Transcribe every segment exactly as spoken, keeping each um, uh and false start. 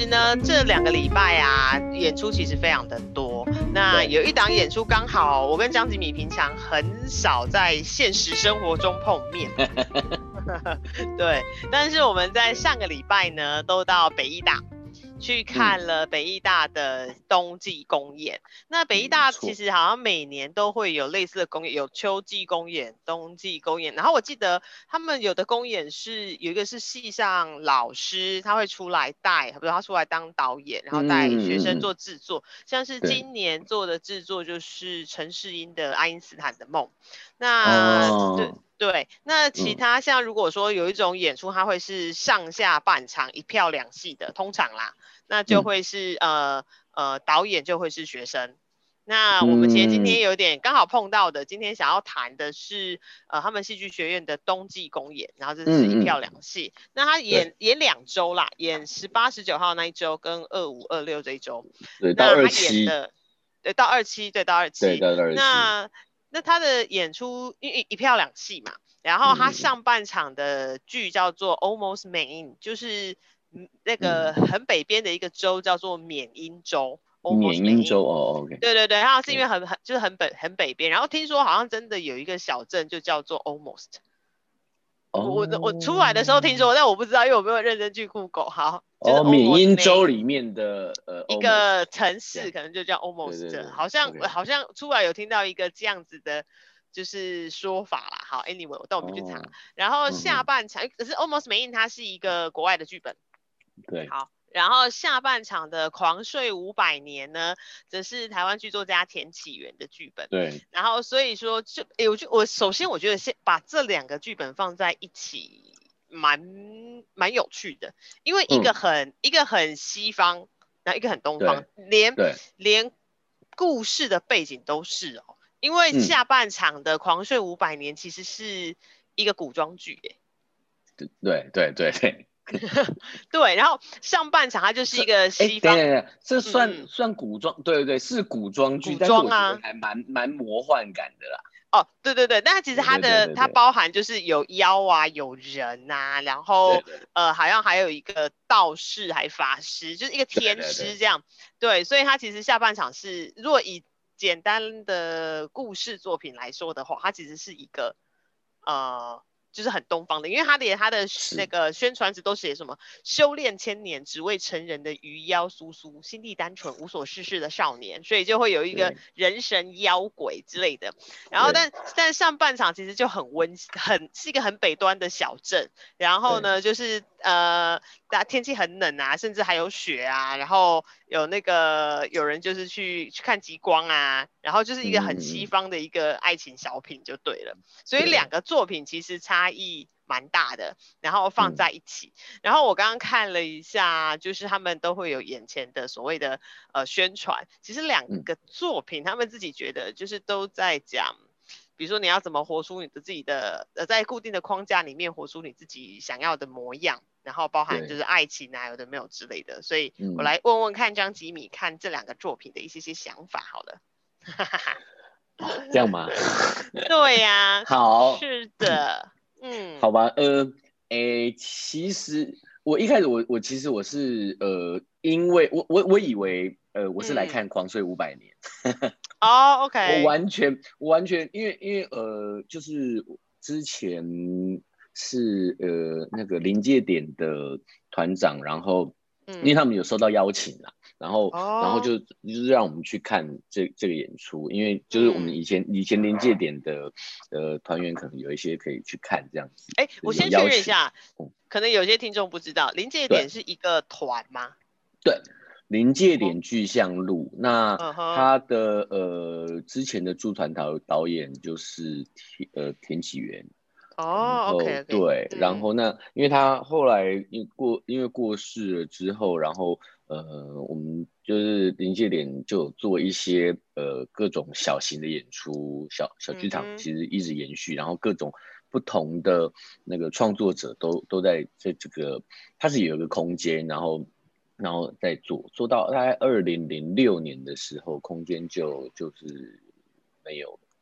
实呢，这两个礼拜啊，演出其实非常的多。那有一档演出刚好，我跟张吉米平常很少在现实生活中碰面。对，但是我们在上个礼拜呢，都到北艺大去看了北艺大的冬季公演。嗯、那北艺大其实好像每年都会有类似的公演，有秋季公演、冬季公演。然后我记得他们有的公演是有一个是系上老师，他会出来带，比如他出来当导演，然后带学生做制作。嗯、像是今年做的制作就是陈世英的《爱因斯坦的梦》。那、哦、对。对，那其他像如果说有一种演出，它会是上下半场一票两戏的，通常啦，那就会是、嗯、呃呃导演就会是学生。那我们其实今天有点刚好碰到的，嗯、今天想要谈的是呃他们戏剧学院的冬季公演，然后这是一票两戏。嗯、那他演演两周啦，演十八十九号那一周跟二五二六这一周。 对，到二七。 的对，到二七，对，到二七。 对，到二七。 那那他的演出因为一票两戏嘛，然后他上半场的剧叫做 Almost Maine， 就是那个很北边的一个州叫做缅因州。 缅因州哦 ，OK。 对对对，然后是因为很很就是很北很北边，然后听说好像真的有一个小镇就叫做 Almost。我我我出来的时候听说，但我不知道，因为我没有认真去 Google。好，就是缅因州里面的呃一个城市，可能就叫 Almost。对对对，好像、okay. 好像出来有听到一个这样子的，就是说法啦。好 ，Anyway， 但我们去查。哦、然后下半场，嗯、可是 Almost Maine 它是一个国外的剧本。 对。 好。然后下半场的《狂睡五百年》呢，则是台湾剧作家田启源的剧本。 对。 然后所以说，就诶，我就我首先我觉得先把这两个剧本放在一起，蛮蛮有趣的，因为一个很、嗯、一个很西方，然后一个很东方，连连故事的背景都是哦。因为下半场的《狂睡五百年》其实是一个古装剧，哎。 对对对对。 对，然后上半场它就是一个西方， 哎，等等，这算、嗯、算古装，对对对，是古装剧， 古装啊， 但是我觉得还蛮蛮魔幻感的啦。 哦，对对对，但其实它的对对对对它包含就是有妖啊，有人啊，然后对对对呃，好像还有一个道士还法师，就是一个天师这样。对, 对, 对, 对，所以它其实下半场是，如果以简单的故事作品来说的话，它其实是一个呃。就是很东方的，因为他连他的那个宣传词都写什么修炼千年只为成人的鱼妖苏苏，心地单纯无所事事的少年，所以就会有一个人神妖鬼之类的。然后但但上半场其实就很温很是一个很北端的小镇，然后呢就是呃天气很冷啊，甚至还有雪啊，然后有那个有人就是去去看极光啊，然后就是一个很西方的一个爱情小品就对了。所以两个作品其实差异蛮大的，然后放在一起。嗯、然后我刚刚看了一下，就是他们都会有眼前的所谓的呃宣传。其实两个作品，他们自己觉得就是都在讲，比如说你要怎么活出你的自己的呃，在固定的框架里面活出你自己想要的模样。然后包含就是爱情啊，有的没有之类的。所以我来问问看张吉米看这两个作品的一些些想法好了。 这样吗？ 对呀、啊， 好， 是的，嗯， 好吧，呃，诶，其实我一开始我我其实我是呃，因为我我我以为呃我是来看《狂睡五百年》 哦、oh, ，OK， 我完全我完全因为因为呃，就是之前是呃那个临界点的团长，然后因为他们有收到邀请啦。然后，哦、然后就就是让我们去看这这个演出，因为就是我们以前、嗯、以前临界点的呃团员可能有一些可以去看这样子。 哎，我先确认一下，嗯、可能有些听众不知道，临界点是一个团吗？ 对，临界点巨象路，哦、那他的、呃之前的驻团导导演就是田呃田启源。 哦 ，OK， 对，嗯、然后那因为他后来因过因为过世了之后，然后呃，我们就是临界点就有做一些呃各种小型的演出，小小剧场其实一直延续，嗯、然后各种不同的那个创作者都都在在这个，它是有一个空间，然后然后再做，做到大概二零零六年的时候，空间就就是没有了。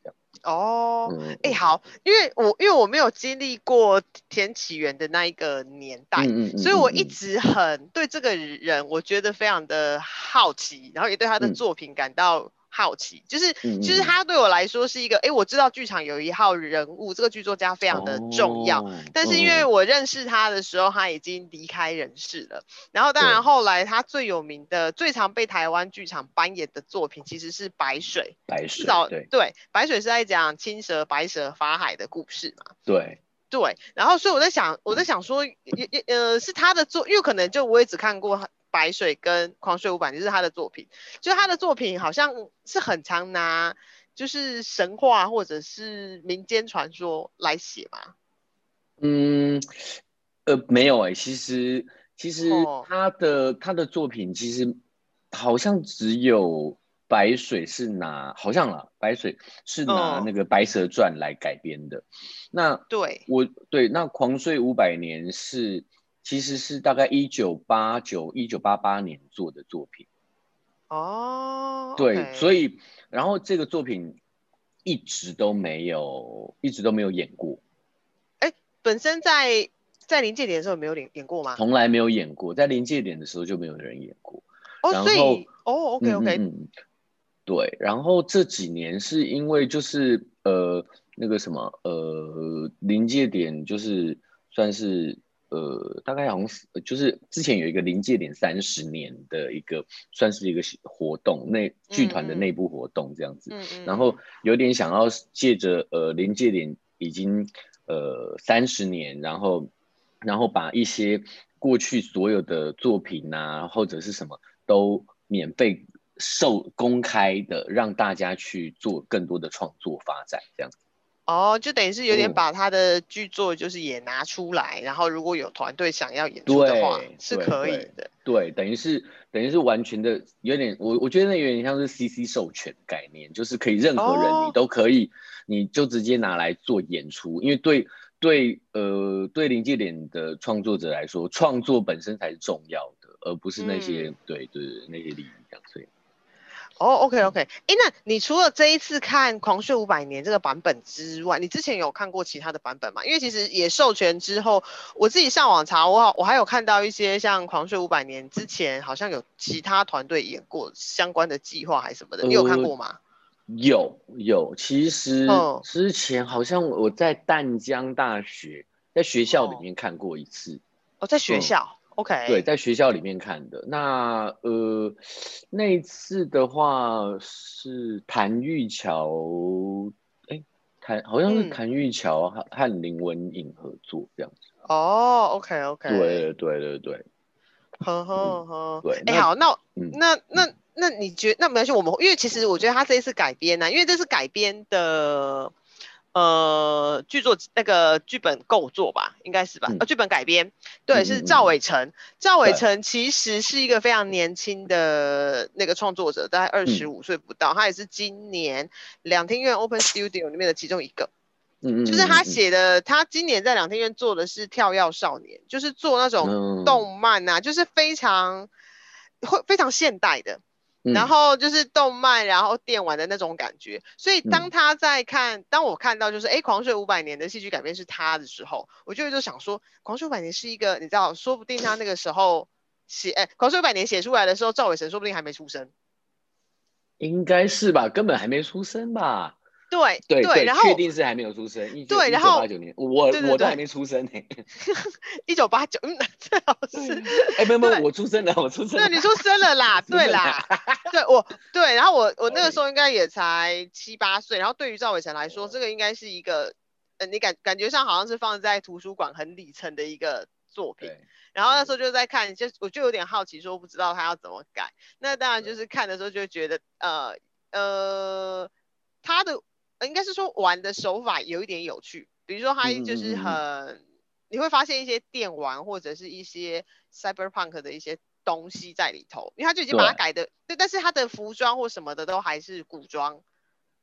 哦，哎、 嗯嗯好，因为我因为我没有经历过田启源的那一个年代， 嗯嗯嗯所以我嗯嗯一直很对这个人，我觉得非常的好奇，然后也对他的嗯作品感到好奇。就是就是嗯嗯嗯， 他对我来说是一个，哎，我知道剧场有一号人物，这个剧作家非常的重要， 哦， 但是因为嗯嗯嗯， 我认识他的时候，他已经离开人世了。然后当然对， 后来他最有名的、最常被台湾剧场搬演的作品其实是《白水》。至白水，对少对，白水是在讲青蛇、白蛇发海的故事嘛。 对， 对，然后所以我在想，我在想说，也也呃，是他的作，因为可能就我也只看过白水跟狂水五百，就是他的作品，就是他的作品好像是很常拿就是神话或者是民间传说来写嘛。 嗯，呃，没有哎、其实其实哦， 他的他的作品其实好像只有白水是拿，好像啦，白水是拿嗯， 那个《白蛇传》来改编的。那对， 我对那《狂睡五百年》是其实是大概一九八九一九八八年做的作品。 哦对，所 ，OK， 以然后这个作品一直都没有一直都没有演过。 哎，本身在在临界点的时候有没有演演过吗？ 从来没有演过，在临界点的时候就没有人演过。 哦， 然后， 所以哦，OK 嗯嗯 OK， 嗯，对。然后这几年是因为就是呃那个什么呃临界点就是算是呃大概好像是就是之前有一个临界点三十年的一个算是一个活动内剧团的嗯嗯内部活动这样子， 嗯嗯然后嗯， 有点想要借着呃临界点已经呃三十年，然后然后把一些过去所有的作品啊，或者是什么都免费受公开的，让大家去做更多的创作发展，这样子。 哦，就等于是有点哦， 把他的剧作就是也拿出来，然后如果有团队想要演出的话， 对是对对可以的。 对，等于是等于是完全的有点，我我觉得那有点像是 C C 授权概念，就是可以任何人你哦， 都可以，你就直接拿来做演出，因为对对呃对临界点的创作者来说，创作本身才是重要的，而不是那些嗯， 对对对那些利益这样，所以哦，OK 嗯 OK，哎，那你除了这一次看《狂睡五百年》这个版本之外，你之前有看过其他的版本吗？因为其实也授权之后，我自己上网查，我好我还有看到一些像《狂睡五百年》之前好像有其他团队演过相关的计划还是什么的，你有看呃过吗？ 有有，其实嗯， 之前好像我在淡江大学在学校里哦， 面看过一次。 哦，在学嗯， 校对， ，OK， 在学校里面看的。那呃，那一次的话是谭玉桥，哎，谭好像是嗯。 谭玉桥和和林文颖合作这样子。 哦，OK OK， 对对对对， 呵嗯， 呵呵， 对， 哎， 那好，那嗯那嗯那那你觉那没关系，我们因为其实我觉得他这一次改编呢、因为这次改编的呃剧作那个剧本构作吧，应该是吧？呃， 嗯剧本改编， 嗯对，是赵嗯嗯， 伟成。赵伟对， 成其实是一个非常年轻的那个创作者，大概二十嗯五岁不到，他也是今年两厅院 Open Studio 里面的其中一个。 嗯就是他嗯嗯写的，他今年在两厅院做的是跳跃少年，就是做那种嗯动漫啊，就是非常会非常现代的，然嗯后就是动漫，然后电玩的那种感觉。所以当嗯他在看，当我看到就是哎，《狂水五百年》的戏剧改编是他的时候，我就就想说，《狂水五百年》是一个，你知道，说不定他那个时候写，哎，《狂水五百年》写出来的时候，赵伟成说不定还没出生。 应该是吧，根本还没出生吧？ 对对， 对对， 然后确定是还没有出生，一九对， 一然后九八九年，我对对对， 我都还没出生呢、 一九八九，嗯，最好是哎，没有没有， 对。 我出生了，我出生了， 对，你出生了我啦， 出生了。 对啦，对我对，然后我我那个时 Sorry， 候应该也才七八岁，然后对于赵伟成来说，这个应该是一个，呃，你感感觉上好像是放在图书馆很里层的一个作品， 对然后对对那时候就在看，就我就有点好奇，说不知道他要怎么改，那当然对， 就是看的时候就会觉得，呃呃，他的应该是说玩的手法有一点有趣，比如说他嗯嗯就是嗯嗯嗯， 很。你会发现一些电玩或者是一些 cyberpunk 的一些东西在里头，因为他就已经把它对改的，对，但是他的服装或什么的都还是古装，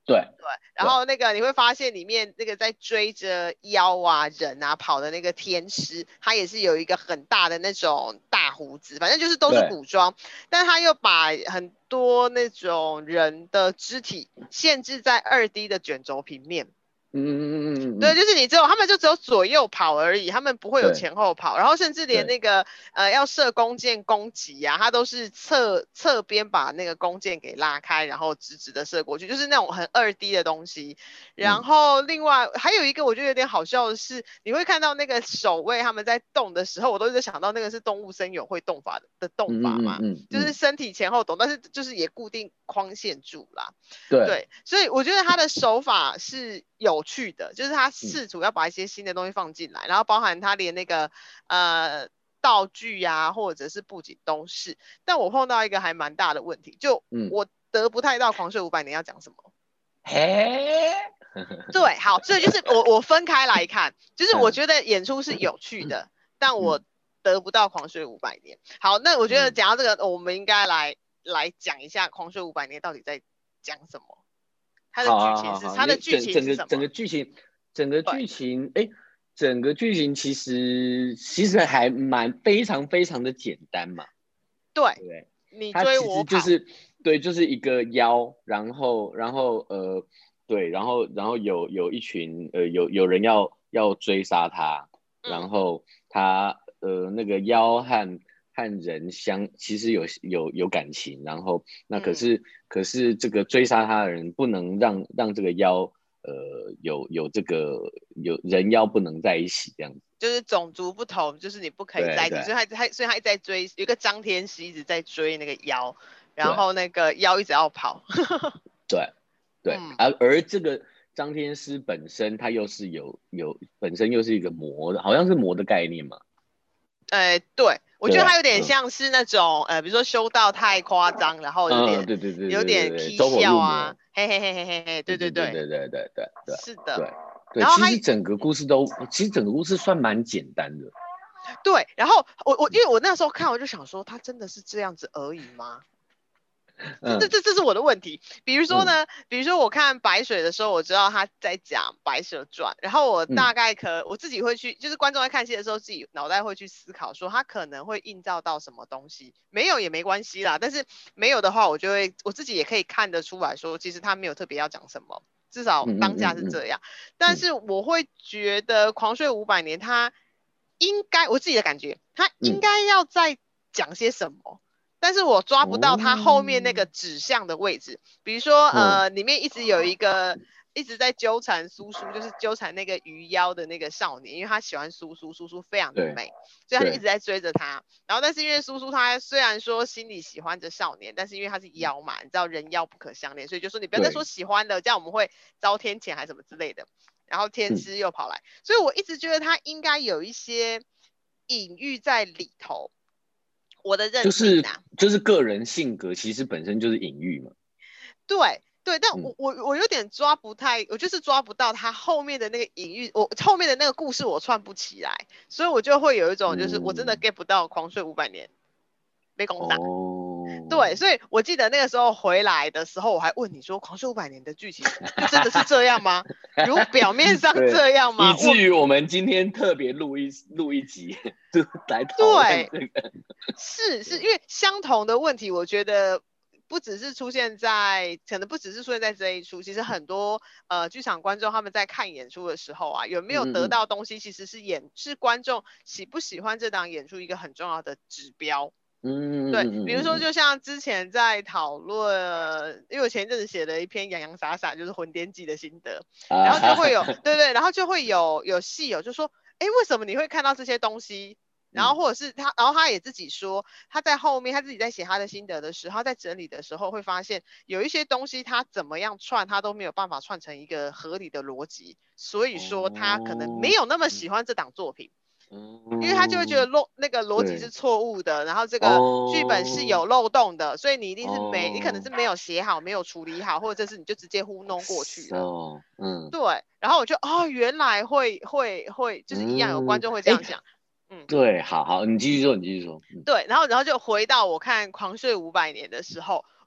对对，然后那个你会发现里面那个在追着妖啊人啊跑的那个天师，他也是有一个很大的那种大胡子，反正就是都是古装，但他又把很多那种人的肢体限制在二 D 的卷轴平面。 嗯嗯嗯嗯， 对，就是你只有他们就只有左右跑而已，他们不会有前后跑，然后甚至连那个呃要射弓箭攻击啊，他都是侧侧边把那个弓箭给拉开，然后直直的射过去，就是那种很二 D 的东西。然后另外还有一个我觉得有点好笑的是，你会看到那个守卫他们在动的时候，我都一直想到那个是动物森友会动法 的, 的动法嘛，嗯嗯嗯嗯，就是身体前后动，但是就是也固定框线住啦。对, 对，所以我觉得他的手法是有趣的，就是他试图要把一些新的东西放进来，嗯、然后包含他连那个呃道具啊或者是布景都是。但我碰到一个还蛮大的问题，就我得不太到狂睡五百年要讲什么。 嘿、 嗯，对，好，所以就是我我分开来看，就是我觉得演出是有趣的，嗯、但我得不到狂睡五百年。好，那我觉得讲到这个，嗯、我们应该来来讲一下狂睡五百年到底在讲什么，它的剧情是它的剧情是什么？ 整个剧情，整个剧情，哎，整个剧情其实其实还蛮非常非常的简单嘛。 对，对，你追我跑， 它其实就是对，就是一个妖，然后然后呃，对，然后然后有有一群呃有有人要要追杀他，然后他呃那个妖和和人相其实有有有感情，然后那可是、嗯、可是这个追杀他的人不能让让这个妖呃有有这个有人妖不能在一起这样子， 就是种族不同，就是你不可以在一起，所以他他所以他一直在追，有一个张天师一直在追那个妖，然后那个妖一直要跑。 对对，嗯、而而这个张天师本身他又是有有本身又是一个魔的，好像是魔的概念嘛。 呃，对，我觉得他有点像是那种、嗯、呃，比如说修道太夸张，然后有点、 嗯、对对对有点踢笑啊，嘿嘿嘿嘿嘿嘿，对对对对对对对对， 是的， 对对，其实整个故事都，其实整个故事算蛮简单的。 对，然后我我因为我那时候看我就想说，他真的是这样子而已吗？这这这这是我的问题。比如说呢，嗯、比如说我看白水的时候，我知道他在讲《白蛇传》，然后我大概可、嗯、我自己会去，就是观众在看戏的时候，自己脑袋会去思考说，他可能会映照到什么东西。没有也没关系啦，但是没有的话，我就会我自己也可以看得出来说，其实他没有特别要讲什么，至少当下是这样。嗯嗯嗯嗯、但是我会觉得《狂睡五百年》他应该，我自己的感觉，他应该要再讲些什么。嗯，但是我抓不到他后面那个指向的位置，比如说呃，里面一直有一个一直在纠缠苏苏，就是纠缠那个鱼妖的那个少年，因为他喜欢苏苏，苏苏非常的美，所以他就一直在追着他。然后但是因为苏苏他虽然说心里喜欢着少年，但是因为他是妖嘛，你知道人妖不可相恋，所以就说你不要再说喜欢了，这样我们会遭天谴还是什么之类的。然后天师又跑来，嗯、所以我一直觉得他应该有一些隐喻在里头。我的认定啊， 就是就是个人性格，其实本身就是隐喻嘛。 对对，但我、嗯、我我有点抓不太，我就是抓不到他后面的那个隐喻，我后面的那个故事我串不起来，所以我就会有一种就是我真的 get 不到狂睡五百年被攻打。哦，对，所以我记得那个时候回来的时候，我还问你说，狂睡五百年的剧情就真的是这样吗？如表面上这样吗？ 以至于我们今天特别录一录一集，就来讨论这个。 是是因为相同的问题，我觉得不只是出现在，可能不只是出现在这一出，其实很多呃剧场观众他们在看演出的时候啊，有没有得到东西，其实是演是观众喜不喜欢这档演出一个很重要的指标。嗯，对，比如说就像之前在讨论，因为我前一阵子写了一篇洋洋洒洒就是魂颠记的心得，然后就会有对对，然后就会有有戏友就说，哎，为什么你会看到这些东西？然后或者是他，然后他也自己说，他在后面他自己在写他的心得的时候，在整理的时候会发现有一些东西他怎么样串，他都没有办法串成一个合理的逻辑，所以说他可能没有那么喜欢这档作品。因为他就会觉得漏那个逻辑是错误的，然后这个剧本是有漏洞的，所以你一定是没，你可能是没有写好，没有处理好，或者是你就直接糊弄过去了。哦，嗯，对。然后我就哦，原来会会会，就是一样有观众会这样想。 嗯，对，好好，你继续说，你继续说。 对，然后然后就回到我看《狂睡五百年》的时候，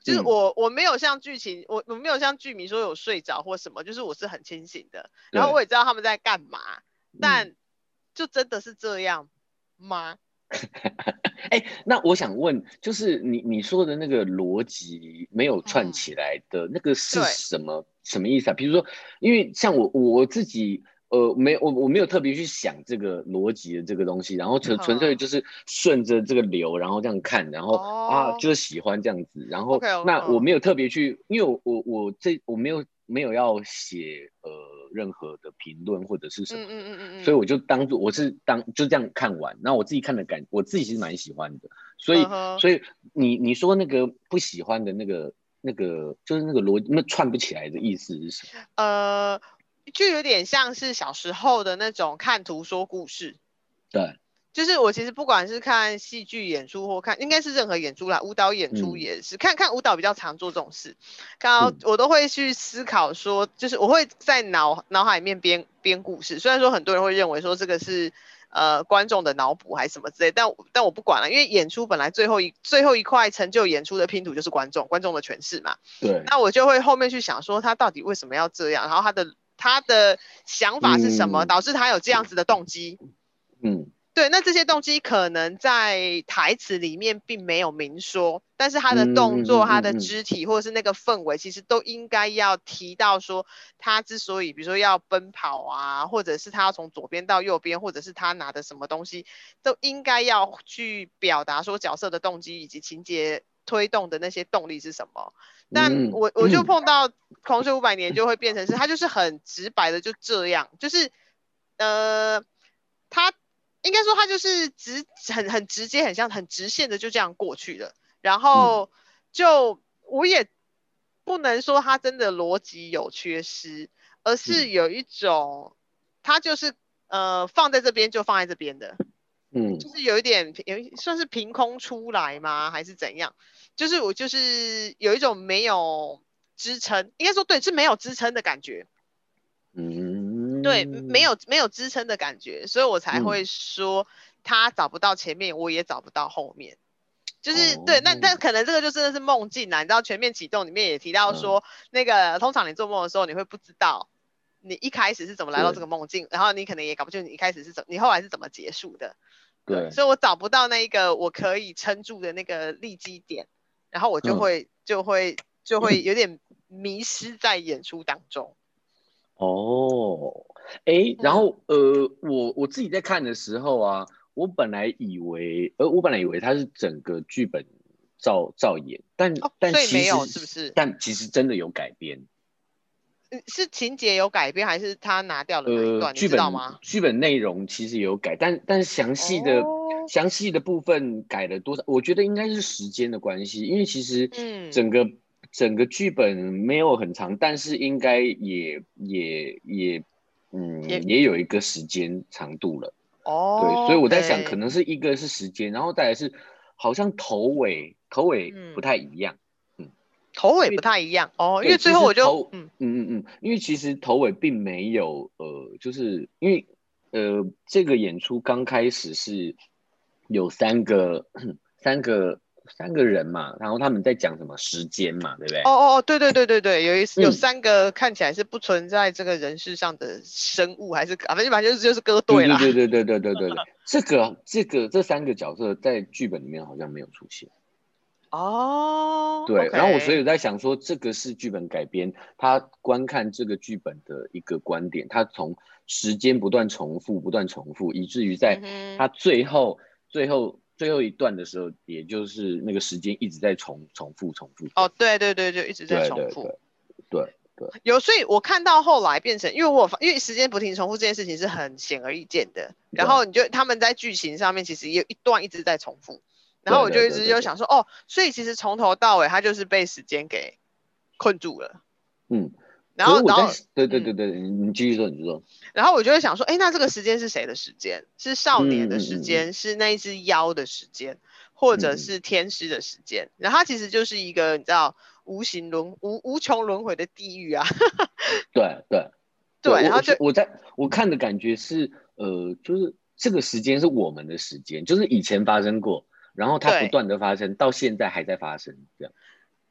就是我、嗯、我没有像剧情，我我没有像剧迷说有睡着或什么，就是我是很清醒的，然后我也知道他们在干嘛，但就真的是这样吗？ 哎、欸，那我想问，就是你你说的那个逻辑没有串起来的那个是什么、嗯、什么意思啊？比如说，因为像我我自己。呃，没我我没有特别去想这个逻辑的这个东西，然后纯纯粹就是顺着这个流，然后这样看，然后、哦、啊就是喜欢这样子，然后 okay, 那我没有特别去，因为我我我这我没有没有要写呃任何的评论或者是什么的，嗯嗯嗯嗯所以我就当做我是当就这样看完，然后我自己看的感，我自己其实蛮喜欢的，所以、uh-huh. 所以你你说那个不喜欢的那个那个就是那个逻辑那串不起来的意思是什么？ 呃。就有点像是小时候的那种看图说故事， 对， 就是我其实不管是看戏剧演出或看，应该是任何演出啦，舞蹈演出也是，嗯、看看舞蹈比较常做这种事，看到我都会去思考说，就是我会在脑脑海里面编编故事，虽然说很多人会认为说这个是呃观众的脑补还是什么之类，但但我不管了，因为演出本来最后一最后一块成就演出的拼图就是观众观众的诠释嘛， 对， 那我就会后面去想说他到底为什么要这样，然后他的。他的想法是什么、嗯、导致他有这样子的动机？嗯，对，那这些动机可能在台词里面并没有明说，但是他的动作、嗯、他的肢体或者是那个氛围，其实都应该要提到说，他之所以比如说要奔跑啊，或者是他要从左边到右边，或者是他拿的什么东西，都应该要去表达说角色的动机以及情节推动的那些动力是什么。但我我就碰到狂水五百年就会变成是他就是很直白的就这样，就是呃他应该说他就是直很很直接很像很直线的就这样过去了，然后就我也不能说他真的逻辑有缺失，而是有一种他就是呃放在这边就放在这边的，嗯，就是有一点有算是凭空出来吗还是怎样？就是我就是有一种没有支撑，应该说对是没有支撑的感觉，嗯，对，没有没有支撑的感觉，所以我才会说他找不到前面，我也找不到后面，就是、哦、对，那但可能这个就真的是梦境啦，你知道全面启动里面也提到说，嗯、那个通常你做梦的时候你会不知道你一开始是怎么来到这个梦境，然后你可能也搞不清楚你一开始是怎你后来是怎么结束的，对，对所以我找不到那一个我可以撑住的那个立基点。然后我就会、嗯、就会就会有点迷失在演出当中。 哦，哎，然后、嗯、呃，我我自己在看的时候啊，我本来以为，呃，我本来以为它是整个剧本照照演，但、哦、但其实没有是不是？ 但其实真的有改编。 是情节有改编，还是他拿掉了哪一段？呃、 你知道吗？ 剧本内容其实有改，但但详细的详细、哦、的部分改了多少？我觉得应该是时间的关系，因为其实整个、嗯、整个剧本没有很长，但是应该也也也嗯也, 也有一个时间长度了。哦，对，所以我在想，可能是一个是时间，然后再来是好像头尾头尾不太一样。嗯头尾不太一样哦，因为最后我就嗯嗯嗯嗯，因为其实头尾并没有呃，就是因为呃这个演出刚开始是有三个三个三个人嘛，然后他们在讲什么时间嘛，对不对？ 哦哦哦，对对对对对，有一有三个看起来是不存在这个人世上的生物，还是啊，反正反正就是就是歌队啦。 对对对对对对对对，这个这个这三个角色在剧本里面好像没有出现。 哦， 对， okay. 然后我所以在想说，这个是剧本改编，他观看这个剧本的一个观点，他从时间不断重复，不断重复，以至于在他最后、嗯、最后最后一段的时候，也就是那个时间一直在重重复重复。 哦，对对对，就一直在重复。 对对对对对。 有，所以我看到后来变成，因为我因为时间不停重复这件事情是很显而易见的，然后你就他们在剧情上面其实也有一段一直在重复。然后我就一直就想说，哦，所以其实从头到尾他就是被时间给困住了。 嗯， 然后然后对对对对，嗯、你继续说，你说。 然后我就会想说，哎，那这个时间是谁的时间？是少年的时间，嗯嗯嗯嗯是那一只妖的时间，或者是天师的时间？然后它其实就是一个你知道无形轮无无穷轮回的地狱啊。 对对对，然后就我在我看的感觉是，呃，就是这个时间是我们的时间，就是以前发生过。然后它不断的发生，到现在还在发生，这样。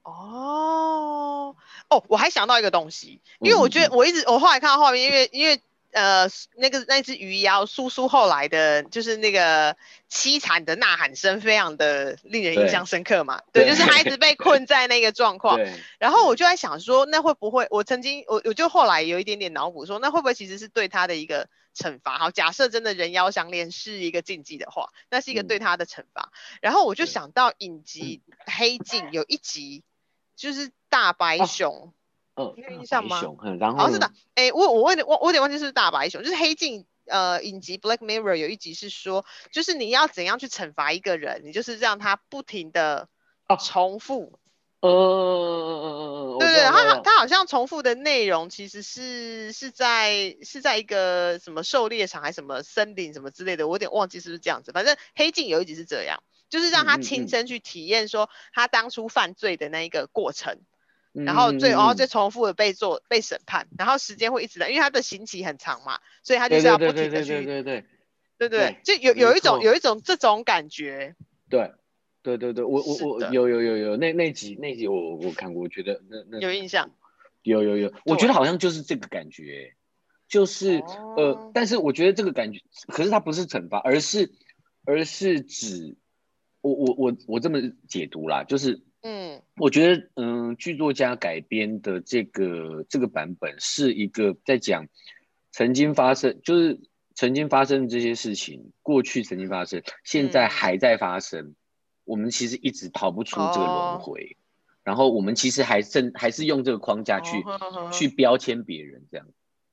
哦哦，我还想到一个东西，因为我觉嗯嗯嗯， 得我一直我后来看到画面，因为因为呃那个那只鱼妖苏苏后来的，就是那个凄惨的呐喊声，非常的令人印象对深刻嘛。对， 对就是他一直被困在那个状况。 对然后我对， 就在想说，那会不会我曾经我我就后来有一点点脑补说，那会不会其实是对他的一个惩罚？好，假设真的人妖相恋是一个禁忌的话，那是一个对嗯他的惩罚。然后我就对， 想到影集《黑镜》有一集。就是大白哦熊， 哦， 你有大印象吗？ 白熊，嗯，然后呢？ 好像是大，哎，我我有点我我有点忘记是不是大白熊，就是黑镜呃影集《Black Mirror》有一集是说，就是你要怎样去惩罚一个人，你就是让他不停的哦， 重复。 呃，我对对， 知道，我知道，我知道， 他他好像重复的内容其实是是在是在一个什么狩猎场还是什么森林什么之类的，我有点忘记是不是这样子。反正黑镜有一集是这样，就是让他嗯嗯嗯亲身去体验说他当初犯罪的那一个过程。 嗯然后最然后嗯嗯嗯， 再重复的被做被审判，然后时间会一直来，因为他的刑期很长嘛，所以他就对是要不对对对对对停的去， 对对对对， 对， 就有有一种没错， 有一种这种感觉。 对对对对，我我是的， 我有有有有那那集那集我我看过，我觉得那那有印象。 有有有，我觉得对， 好像就是这个感觉，就是呃， 哦， 但是我觉得这个感觉，可是它不是惩罚，而是而是指我我我我这么解读啦，就是嗯我觉得嗯，剧作家改编的这个这个版本是一个在讲曾经发生，就是曾经发生的这些事情，过去曾经发生，现在嗯， 还在发生，我们其实一直逃不出这个轮哦回。然后我们其实还正还是用这个框架哦去呵呵， 去标签别人，这样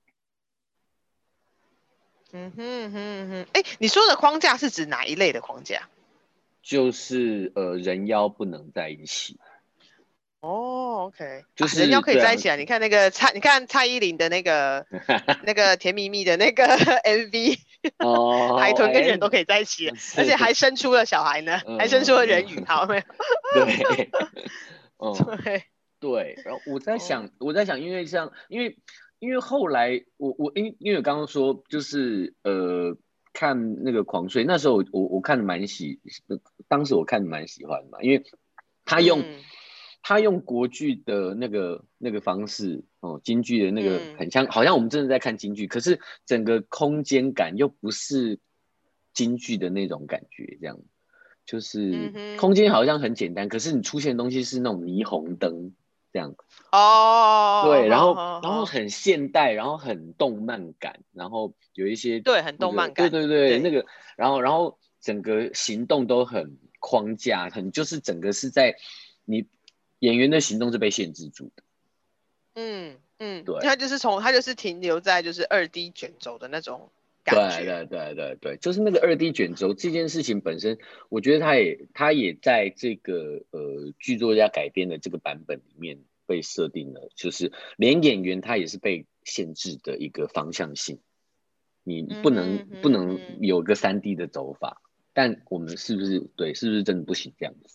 嗯哼哼哼，哎，你说的框架是指哪一类的框架？ 就是呃人妖不能在一起， 哦，OK， 就啊，人妖是对啊， 可以在一起啊！你看那个蔡，你看蔡依林的那个那个甜蜜蜜的那个 M V，海哦， 豚跟人哎， 都可以在一起，而且还是， 生出了小孩呢，还生出了人鱼， 嗯嗯， 好没有？ 对，嗯对， 对，然后我在哦， 想，我在想，因为像因为因为后来我我因因为我刚刚说就是呃看那个狂睡，那时候我我我看的蛮喜，当时我看的蛮喜欢的嘛，因为他用嗯他用国剧的那个那个方式哦，京剧的那个嗯很像，好像我们真的在看京剧，可是整个空间感又不是京剧的那种感觉，这样就是嗯哼， 空间好像很简单，可是你出现的东西是那种霓虹灯这样， 哦， 对，然好后好好， 然后很现代，然后很动漫感，然后有一些对，很那个对动漫感， 对对那对， 个，然后然后整个行动都很框架，很就是整个是在你演员的行动是被限制住的， 嗯嗯，他对就是从他就是停留在就是二 D 卷轴的那种感觉， 对对对对对，就是那个二 D 卷轴这件事情本身，我觉得它也它也在这个呃剧作家改编的这个版本里面被设定了，就是连演员他也是被限制的一个方向性。你不能嗯哼不能哼哼有个三 D 的走法，但我们是不是对？是不是真的不行这样子？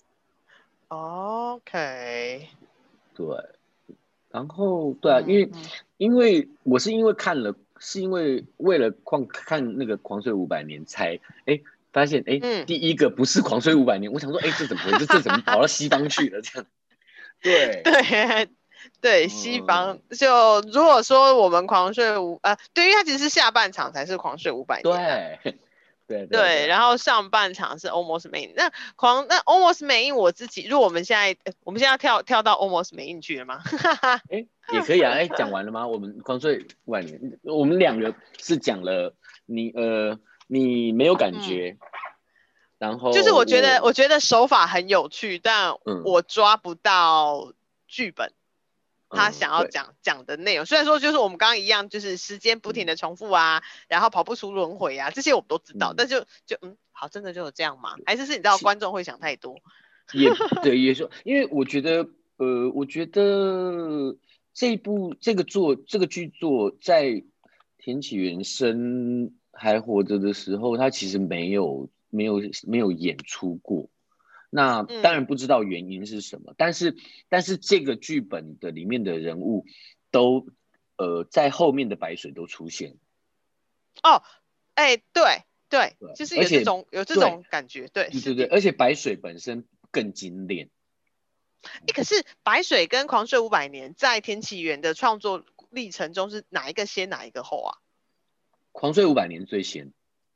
，OK， 对，然后对啊，因为嗯嗯因为我是因为看了，是因为为了狂看那个《狂睡五百年》才哎发现哎嗯。 第一个不是《狂睡五百年》，我想说哎这怎么回事？这怎么跑到西方去了？这样对， 对对，西方嗯， 就如果说我们狂睡五呃，对，因为它其实是下半场才是狂睡五百年啊， 对对对对， 对， 然后上半场是 Almost 美 i 那狂那 Almost 美 i 我自己，如果我们现在呃我们现在要跳跳到 Almost 美 i 去了吗？ 哎也可以啊，哎讲完了吗？我们狂睡五百年，我们两个是讲了你呃你没有感嗯， 觉，然就是后我觉得我我觉得手法很有趣，但嗯我抓不到剧本。他嗯对想要讲讲的内容，虽然说就是我们刚刚一样，就是时间不停嗯的重复啊，然后跑不出轮回啊，这些我们都知道，但嗯。 就就嗯，好，真的就有这样吗？还是是你知道观众会想太多？ 也对，也说，因为我觉得，呃，我觉得这部这个作这个剧作在田启源生还活着的时候，他其实没有没有没有演出过。那当然嗯， 不知道原因是什么，但是但是这个剧本的里面的人物都呃在后面的白水都出现， 哦，哎，对对， 对， 就是而且有这种有这对种感觉，对， 对对对， 是的， 而且白水本身更精炼。 哎，可是白水跟狂睡五百年在田启源的创作历程中是哪一个先哪一个后啊？ 狂睡五百年最先。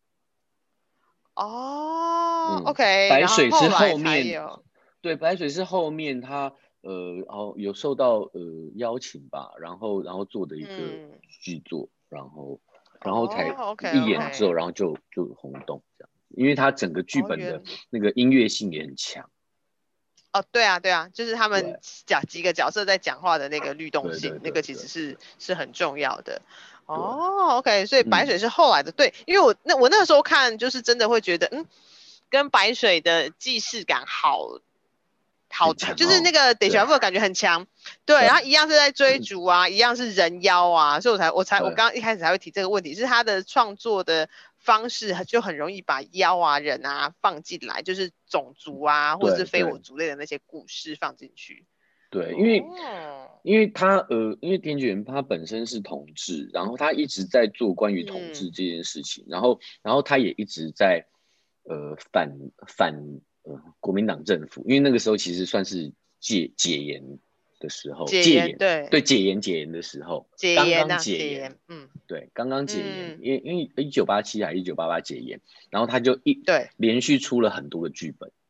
哦、 嗯， ，OK，然后白水是后来后面， 才有。 对，白水是后面他呃哦有受到呃邀请吧，然后然后做的一个嗯， 剧作，然后然后才哦，OK 一演之后， OK， 然后就就轰动这样，因为他整个剧哦， 本的原那个音乐性也很强。 哦，对啊，对啊，就是他们对讲几个角色在讲话的那个律动对对性，那个其对对实是是很重要的。 对， 哦，OK，所以白嗯， 水是后来的，对，因为我那我那个时候看，就是真的会觉得，嗯，跟白水的既视感好好， 很强就是那哦。 个 d e j 对 a vu 感觉很强，对，然后对一样是在追逐啊，一样是人妖啊，所以我才我才我对刚刚一开始才会提这个问题，是他的创作的方式就很容易把妖啊人啊放进来，就是种族啊或者是对对非我族类的那些故事放进去。 对，因为哦， 因为他呃，因为田卷人他本身是同志，然后他一直在做关于同志嗯， 这件事情，然后然后他也一直在呃反反呃国民党政府，因为那个时候其实算是戒解严的时候， 解戒严， 严对， 对，解严解严的时候，刚刚解严呐、 解严， 解严，嗯对，刚刚解严， 嗯， 因为因为一九八七还一九八八解严，然后他就一对连续出了很多的剧本。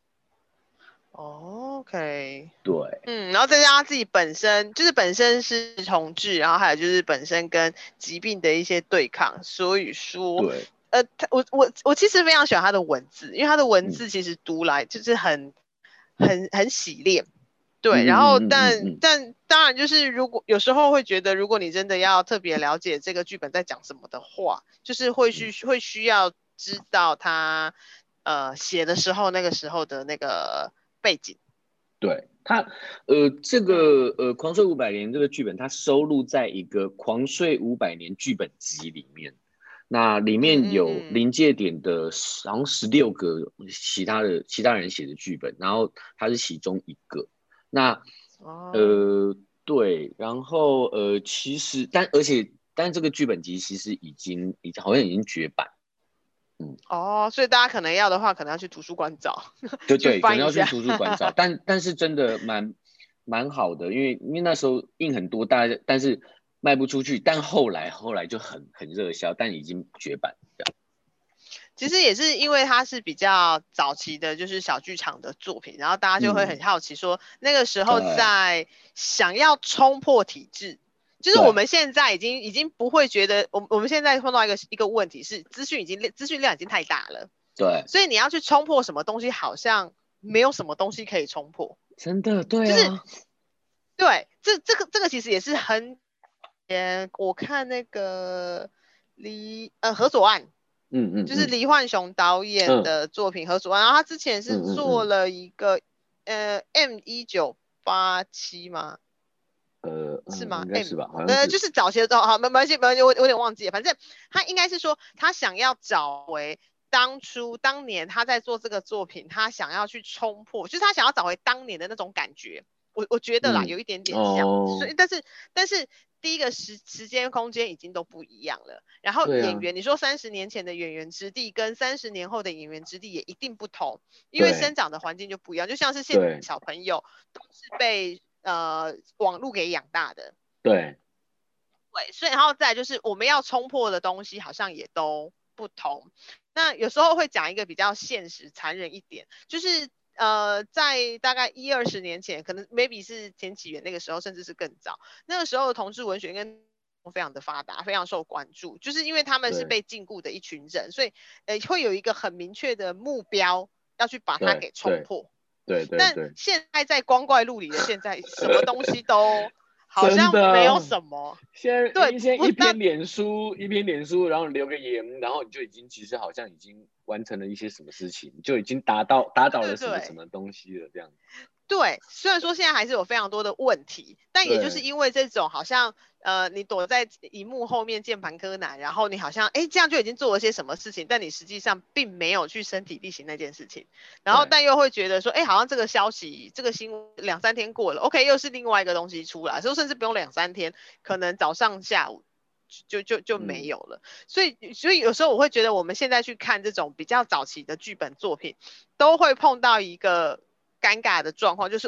，OK。 对嗯，然后再加上他自己本身就是本身是同志，然后还有就是本身跟疾病的一些对抗，所以说， 对， 呃，他我我我其实非常喜欢他的文字，因为他的文嗯字其实读来就是很很很洗练，对，然后嗯嗯嗯嗯嗯但嗯， 但当然就是如果有时候会觉得，如果你真的要特别了解这个剧本在讲什么的话，就是会需嗯会需要知道他呃写的时候那个时候的那个背景， 对他，呃，这嗯个呃《狂睡五百年》这个剧本，它收录在一个《狂睡五百年》剧本集里面。那里嗯面有嗯嗯。 临界点的，好像十六个其他的其他人写的剧本，然后他是其中一个。那哦呃，对，然后呃，其实但而且但这个剧本集其实已经已经好像已经绝版。嗯。 哦，所以大家可能要的话，可能要去图书馆找，去对对，可能翻一下。 要去图书馆找，但但是真的蛮蛮好的，因为因为那时候印很多，大家但是卖不出去，但后来后来就很很热销，但已经绝版这样。 其实也是因为它是比较早期的，就是小剧场的作品，然后大家就会很嗯， 好奇说，那个时候对在想要冲破体制，就是我对们现在已经已经不会觉得，我我们现在碰到一个一个问题是，资讯已经资讯量已经太大了， 对， 所以你要去冲破什么东西，好像没有什么东西可以冲破， 真的对就是啊， 对，这这个这个其实也是很，呃，我看那个黎呃何左岸，就是嗯嗯嗯黎焕雄导演嗯的作品《何左岸》，然后他之前嗯是做嗯嗯， 了一个呃 M 一九八七吗？ 呃嗯， 是吗？M 应该是吧，好像呃， 是， 就是早些的好，没没关系，没关系，我我有点忘记了。反正他应该是说，他想要找回当初当年他在做这个作品，他想要去冲破，就是他想要找回当年的那种感觉。我我觉得啦， 嗯有一点点像，所哦， 以但是但是第一个时时间空间已经都不一样了，然后对啊， 演员，你说三十年前的演员之地跟三十年后的演员之地也一定不同，因为对生长的环境就不一样，就像是现在对小朋友都是被呃网络给养大的。 对对，所以然后再来就是我们要冲破的东西好像也都不同。那有时候会讲一个比较现实、残忍一点，就是呃，在大概一二十年前，可能 maybe 是前几元那个时候，甚至是更早，那个时候的同志文学跟非常的发达，非常受关注，就是因为他们是对被禁锢的一群人，所以呃会有一个很明确的目标要去把它给冲对对破。 对对但对， 现在在光怪陆离的现在，什么东西都好真像没有的。 什么。 现在对， 一现在不不，那一篇脸书，一篇脸书，然后留个言，然后你就已经其实好像已经完成了一些什么事情，就已经达到打倒了什么什对对么东西了，这样。 对，虽然说现在还是有非常多的问题，但也就是对因为这种好像呃，你躲在荧幕后面键盘柯南，然后你好像哎这样就已经做了些什么事情，但你实际上并没有去身体力行那件事情，然后对但又会觉得说，哎，好像这个消息这个新闻两三天过了，OK，又是另外一个东西出来，所以甚至不用两三天，可能早上下午。就就就没嗯有了，所以所以有时候我会觉得，我们现在去看这种比较早期的剧本作品，都会碰到一个尴尬的状况，就是我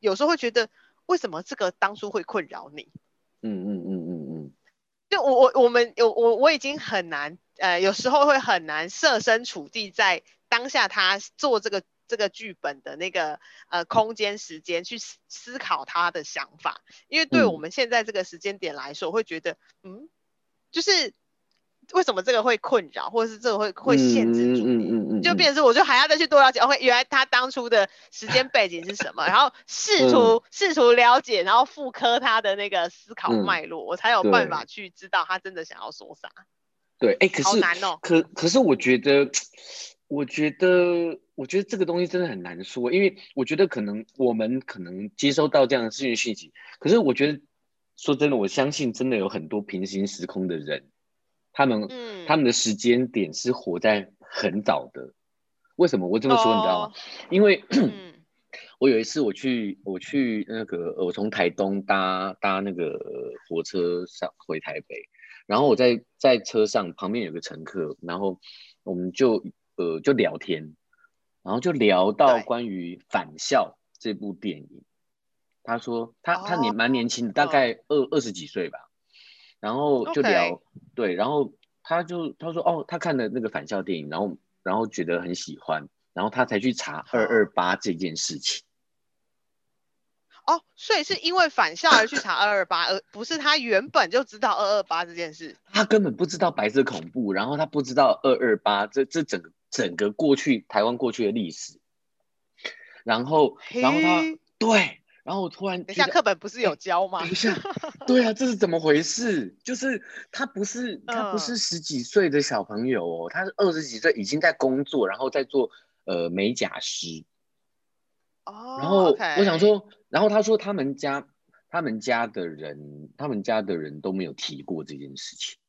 有时候会觉得，为什么这个当初会困扰你？ 嗯嗯嗯嗯嗯。 就我我我们有我我已经很难，呃，有时候会很难设身处地在当下他做这个这个剧本的那个呃空间时间去思思考他的想法，因为对我们现在这个时间点来说，我会觉得，嗯，就是为什么这个会困扰，或者是这个会会限制住你， 嗯嗯嗯嗯就变成是我就还要再去多了解，OK，原来他当初的时间背景是什么，然后试图、嗯、试图了解，然后复刻他的那个思考脉络、嗯，我才有办法去知道他真的想要说啥。 对，哎，可是好难哦。 可可是我觉得，我觉得，我觉得这个东西真的很难说，因为我觉得可能我们可能接收到这样的资讯讯息，可是我觉得说真的，我相信真的有很多平行时空的人，他们、嗯、他们的时间点是活在很早的。为什么我这么说？你知道吗？哦、因为、嗯、我有一次我去我去那个我从台东搭搭那个火车上回台北。然后我在在车上旁边有个乘客，然后我们就呃就聊天，然后就聊到关于《返校》这部电影。他说他他年蛮年轻的，大概二二十几岁吧。然后就聊、okay. 对，然后他就他说哦，他看了那个《返校》电影，然后然后觉得很喜欢，然后他才去查二二八这件事情。 哦，所以是因为返校而去查二二八，而不是他原本就知道二二八这件事。 他根本不知道白色恐怖，然后他不知道二二八这这整个整个过去台湾过去的历史。然后，然后他对，然后我突然觉得， 等一下课本不是有教吗？ 等一下，对啊，这是怎么回事？就是他不是他不是十几岁的小朋友哦，他是二十几岁，已经在工作，然后在做呃美甲师。 哦， 然后 okay. 我想说，然后他说他们家他们家的人，他们家的人都没有提过这件事情。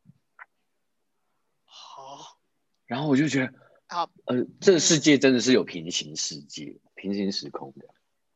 好、哦， 然后我就觉得， 好， 呃，这个世界真的是有平行世界、嗯、平行时空的。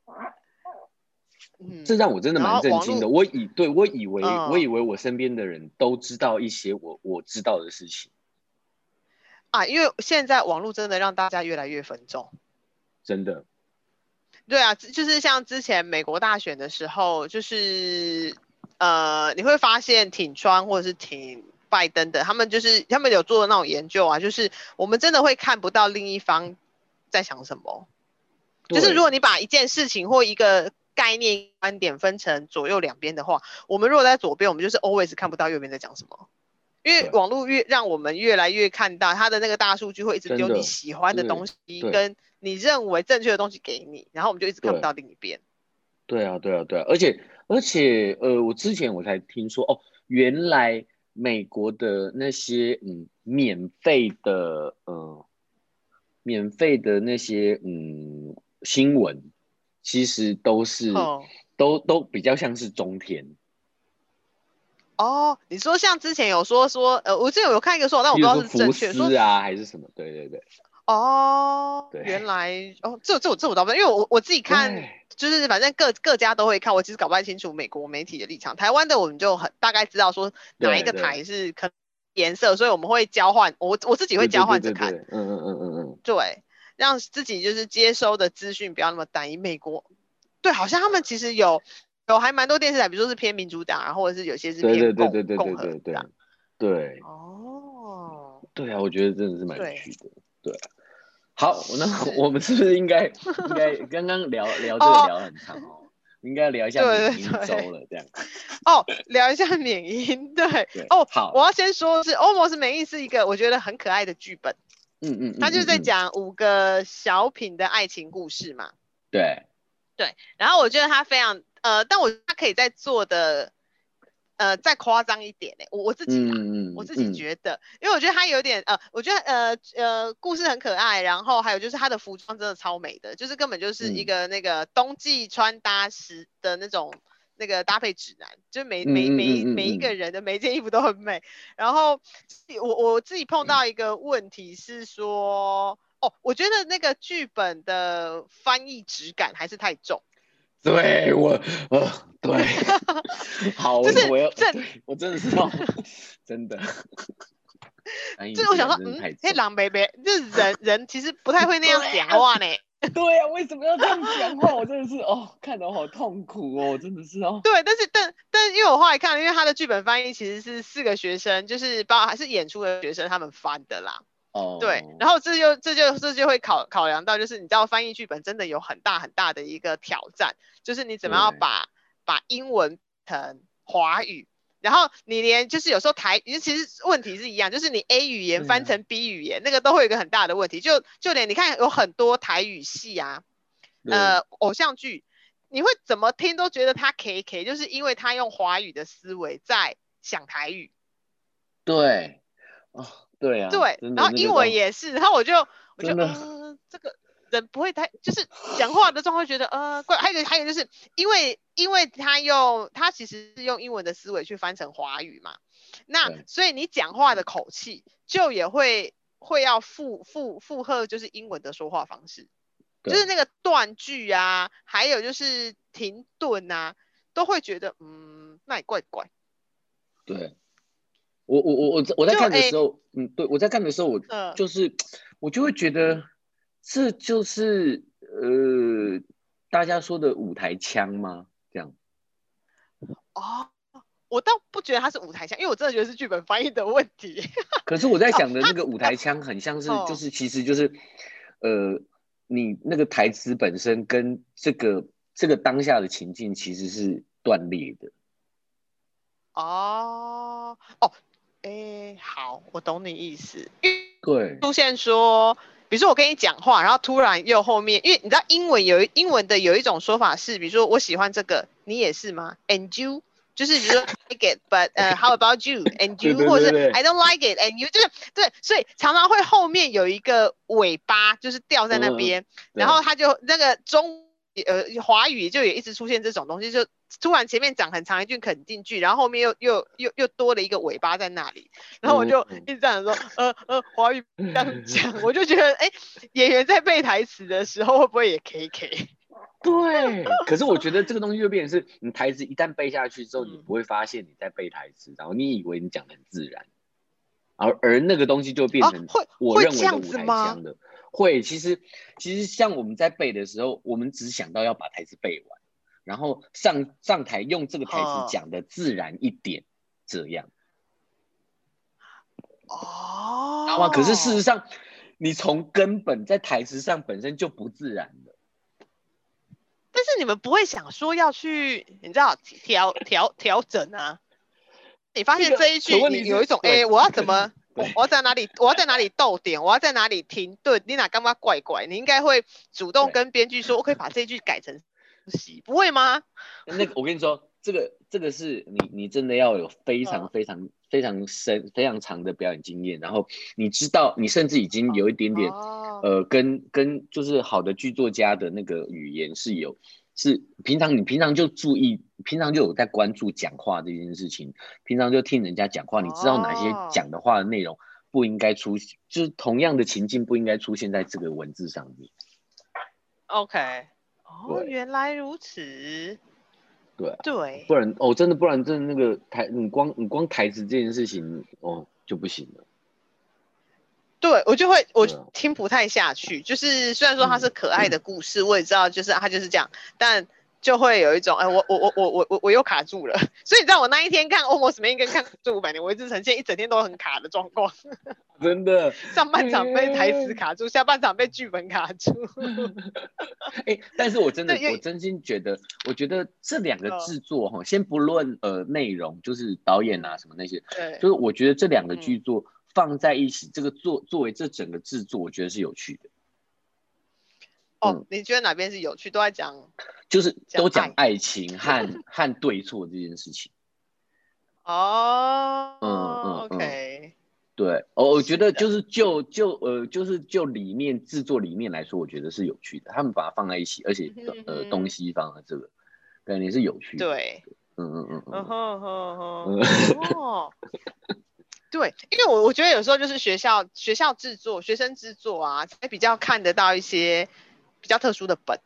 嗯，这让我真的蛮震惊的。我以对我以为、嗯、我以为我身边的人都知道一些我我知道的事情啊，因为现在网络真的让大家越来越分众， 真的。 对啊，就是像之前美国大选的时候，就是呃，你会发现挺川或者是挺拜登的，他们就是他们有做的那种研究啊，就是我们真的会看不到另一方在想什么。就是如果你把一件事情或一个概念观点分成左右两边的话，我们如果在左边，我们就是 always 看不到右边在讲什么。因为网络越让我们越来越看到它的那个大数据会一直丢你喜欢的东西跟你认为正确的东西给你，然后我们就一直看不到另一边。 对啊，对啊，对啊，而且而且呃，我之前我才听说哦，原来美国的那些嗯免费的呃免费的那些嗯新闻，其实都是、oh. 都都比较像是中天。 哦，你说像之前有说说，呃，我之前有看一个说，但我不知道是正确， 说啊还是什么？对对对。 哦，原来哦，这这我这我倒不知道，因为我我自己看，就是反正各各家都会看，我其实搞不太清楚美国媒体的立场。台湾的我们就很大概知道说哪一个台是可能颜色，所以我们会交换，我我自己会交换着看。 对对对对嗯嗯嗯嗯嗯。 对，让自己就是接收的资讯不要那么单一。美国，对，好像他们其实有。有还蛮多电视台，比如说是偏民主党啊，或者是有些是偏共共和党。 对。 哦。 对啊，我觉得真的是蛮有趣的。对。对好，那我们是不是应该应该刚刚聊聊这个聊很长哦？哦应该聊一下缅因州了，这样。 哦，聊一下缅因，对。 对哦， 好， 我要先说是《Almost 缅因》是一个我觉得很可爱的剧本。 嗯嗯嗯。 他就是在讲五个小品的爱情故事嘛。 对。 对，然后我觉得他非常。呃，但我他可以再做的，呃，再夸张一点嘞。我我自己啦，嗯、我自己觉得，嗯、因为我觉得他有点，呃，我觉得呃呃故事很可爱，然后还有就是他的服装真的超美的，就是根本就是一个那个冬季穿搭时的那种那个搭配指南，就每每每每一个人的每一件衣服都很美。然后我我自己碰到一个问题是说，哦，我觉得那个剧本的翻译质感还是太重。 对我，呃，对，好， 就是我要，对我真的是要，真的， 就是我想说，嗯，那狼贝贝，就是人人其实不太会那样讲话呢。 对啊，为什么要这样讲话？我真的是哦，看得我好痛苦哦，真的是哦。 对，但是但但因为我后来看了，因为他的剧本翻译其实是四个学生，就是包还是演出的学生他们翻的啦。 哦。 对，然后这就这就这就会考考量到，就是你知道翻译剧本真的有很大很大的一个挑战，就是你怎么样把把英文成华语。然后你连就是有时候台，其实问题是一样，就是你 A 语言翻成 B 语言，那个都会有一个很大的问题。就就连你看有很多台语戏啊，呃，偶像剧，你会怎么听都觉得他 K K， 就是因为他用华语的思维在想台语。 对，哦，对啊， 对，然后英文也是，然后我就我就呃，这个人不会太，就是讲话的状况觉得呃怪，还有还有就是因为因为他用他其实是用英文的思维去翻成华语嘛，那所以你讲话的口气就也会会要附附附和就是英文的说话方式，就是那个断句啊，还有就是停顿啊，都会觉得嗯那也怪怪。 对。我我我我我在看的时候，嗯，对，我在看的时候，我就是、呃、我就会觉得这就是呃大家说的舞台腔吗？这样。 哦，我倒不觉得它是舞台腔，因为我真的觉得是剧本翻译的问题。 可是我在想的那个舞台腔很像是，哦、就是其实就是呃你那个台词本身跟这个这个当下的情境其实是断裂的。 哦哦。哎，好，我懂你意思。 对， 出现说，比如说我跟你讲话，然后突然又后面，因为你知道英文有英文的有一种说法是，比如说我喜欢这个，你也是吗 ？And you， 就是比如说 like it，but 呃、uh, how about you？And you， 或者是 I don't like it，and you， 就是对，所以常常会后面有一个尾巴，就是掉在那边，嗯、然后他就那个中。呃，华语就也一直出现这种东西，就突然前面讲很长一句肯定句，然后后面又又又又多了一个尾巴在那里，然后我就一直这样说，呃呃，华语这样讲，我就觉得，哎，演员在背台词的时候会不会也 K K？ 对，可是我觉得这个东西就变成是，你台词一旦背下去之后，你不会发现你在背台词，然后你以为你讲的很自然，而而那个东西就变成我认为的舞台腔的。会，其实其实像我们在背的时候，我们只想到要把台词背完，然后上上台用这个台词讲的自然一点，这样。 哦， 知道吗？可是事实上，你从根本在台词上本身就不自然的。 但是你们不会想说要去，你知道调调调整啊？你发现这一句你有一种，哎，我要怎么？我我要在哪里？我要在哪里逗点？我要在哪里停顿？你哪干嘛怪怪？你应该会主动跟编剧说，我可以把这一句改成戏，不会吗？ 那个我跟你说，这个这个是你你真的要有非常非常、嗯、非常深非常长的表演经验，然后你知道，你甚至已经有一点点、哦、呃跟跟就是好的剧作家的那个语言是有。是平常你平常就注意，平常就有在关注讲话这件事情，平常就听人家讲话，你知道哪些讲的话的内容不应该出现，就是同样的情境不应该出现在这个文字上面。 OK， 哦，原来如此。 对、啊、 对， 不然哦，真的不然真的那个台，你光你光台词这件事情哦就不行了。 对，我就会我听不太下去，就是虽然说它是可爱的故事，嗯、我也知道就是它就是这样，但就会有一种哎，我我我我我我我又卡住了。所以你知道我那一天看《Almost 每一跟看这五百年，我一直呈现一整天都很卡的状况。 真的， 上半场被台词卡住，下半场被剧本卡住。 哎，但是我真的我真心觉得，我觉得这两个制作哈、呃，先不论呃内容，就是导演啊什么那些， 对， 就是我觉得这两个剧作。嗯放在一起，这个作作为这整个制作，我觉得是有趣的。 哦，嗯、你觉得哪边是有趣？都在讲， 就是都讲爱情和和对错这件事情。 哦， 嗯嗯 ，OK， 对，哦，我觉得就是就就呃，就是就里面制作里面来说，我觉得是有趣的。他们把它放在一起，而且呃东西放在这个，感觉是有趣的。 对， 嗯嗯嗯嗯。 嗯嗯哦。对，因为我我觉得有时候就是学校学校制作、学生制作啊，才比较看得到一些比较特殊的本。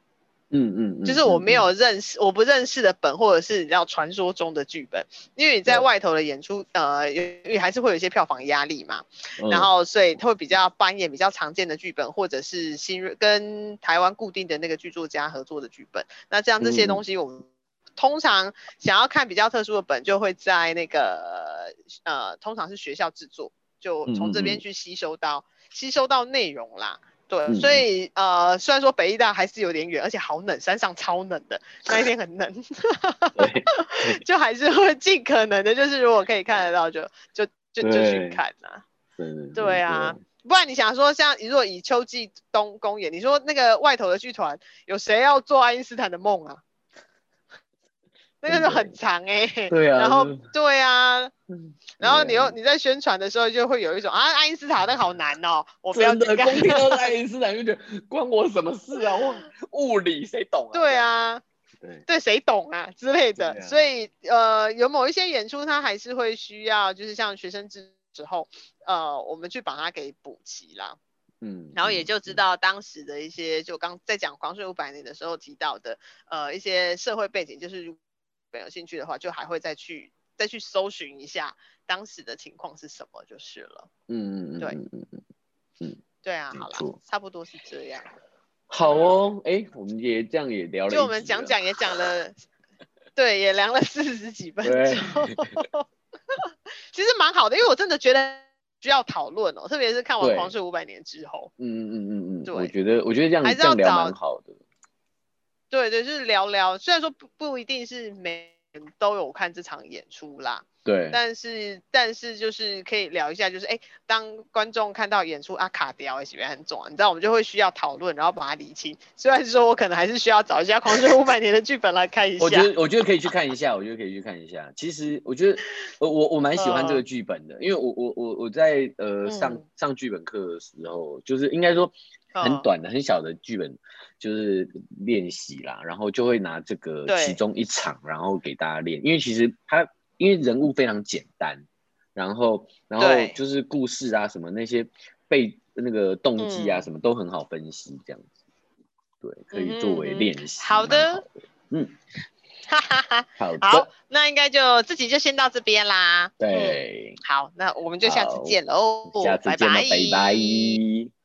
嗯嗯嗯， 就是我没有认识、嗯、我不认识的本，或者是你知道传说中的剧本，因为你在外头的演出，呃，因为还是会有一些票房压力嘛，嗯、然后所以会比较扮演比较常见的剧本，或者是新跟台湾固定的那个剧作家合作的剧本。那这样这些东西我们、嗯、通常想要看比较特殊的本，就会在那个呃，通常是学校制作，就从这边去吸收到、嗯嗯、吸收到内容啦。对，嗯、所以呃，虽然说北艺大还是有点远，而且好冷，山上超冷的，那一天很冷，就还是会尽可能的，就是如果可以看得到就，就就就就去看啊。对啊，不然你想说像如果以秋季冬公演，你说那个外头的剧团有谁要做爱因斯坦的梦啊？那个就很长哎、欸， 对啊， 然后对啊，然后你又你在宣传的时候就会有一种啊，爱因斯坦那个好难哦，我不要去干。 真的，光听到爱因斯坦就觉得关我什么事啊？我物理谁懂啊？ 对啊，对对，谁懂啊之类的。啊、所以呃，有某一些演出它还是会需要，就是像学生制之后，呃，我们去把它给补齐啦。嗯，然后也就知道当时的一些，就刚在讲狂睡五百年的时候提到的，呃，一些社会背景，就是如果有兴趣的话，就还会再去再去搜寻一下当时的情况是什么就是了。嗯嗯嗯，对，嗯嗯嗯嗯，对啊，好了，差不多是这样。 好哦，哎，我们也这样也聊了一集了， 就我们讲讲也讲了，对，也聊了四十几分钟，其实蛮好的，因为我真的觉得需要讨论哦，特别是看完《狂睡五百年》之后。 嗯嗯嗯嗯嗯，对，我觉得我觉得这样还是要这样聊蛮好的。 对对，就是聊聊，虽然说不不一定是每人都有看这场演出啦。 对， 但是但是就是可以聊一下，就是哎，当观众看到演出啊卡掉，喜欢很重，你知道我们就会需要讨论，然后把它理清。虽然说我可能还是需要找一下《狂睡五百年》的剧本来看一下。 我觉得我觉得可以去看一下，我觉得可以去看一下。其实我觉得我我我蛮喜欢这个剧本的，呃、因为我我我我在呃上、嗯、上剧本课的时候，就是应该说很短的、呃、很小的剧本就是练习啦，然后就会拿这个其中一场，然后给大家练，因为其实它。因为人物非常简单，然后然后就是故事啊什么那些背那个动机啊什么都很好分析，这样子，对，可以作为练习、嗯。 好的， 好的嗯， 哈哈哈， 好的， 好，那应该就自己就先到这边啦。 对、 嗯，好，那我们就下次见喽， 下次见了，拜拜。拜拜。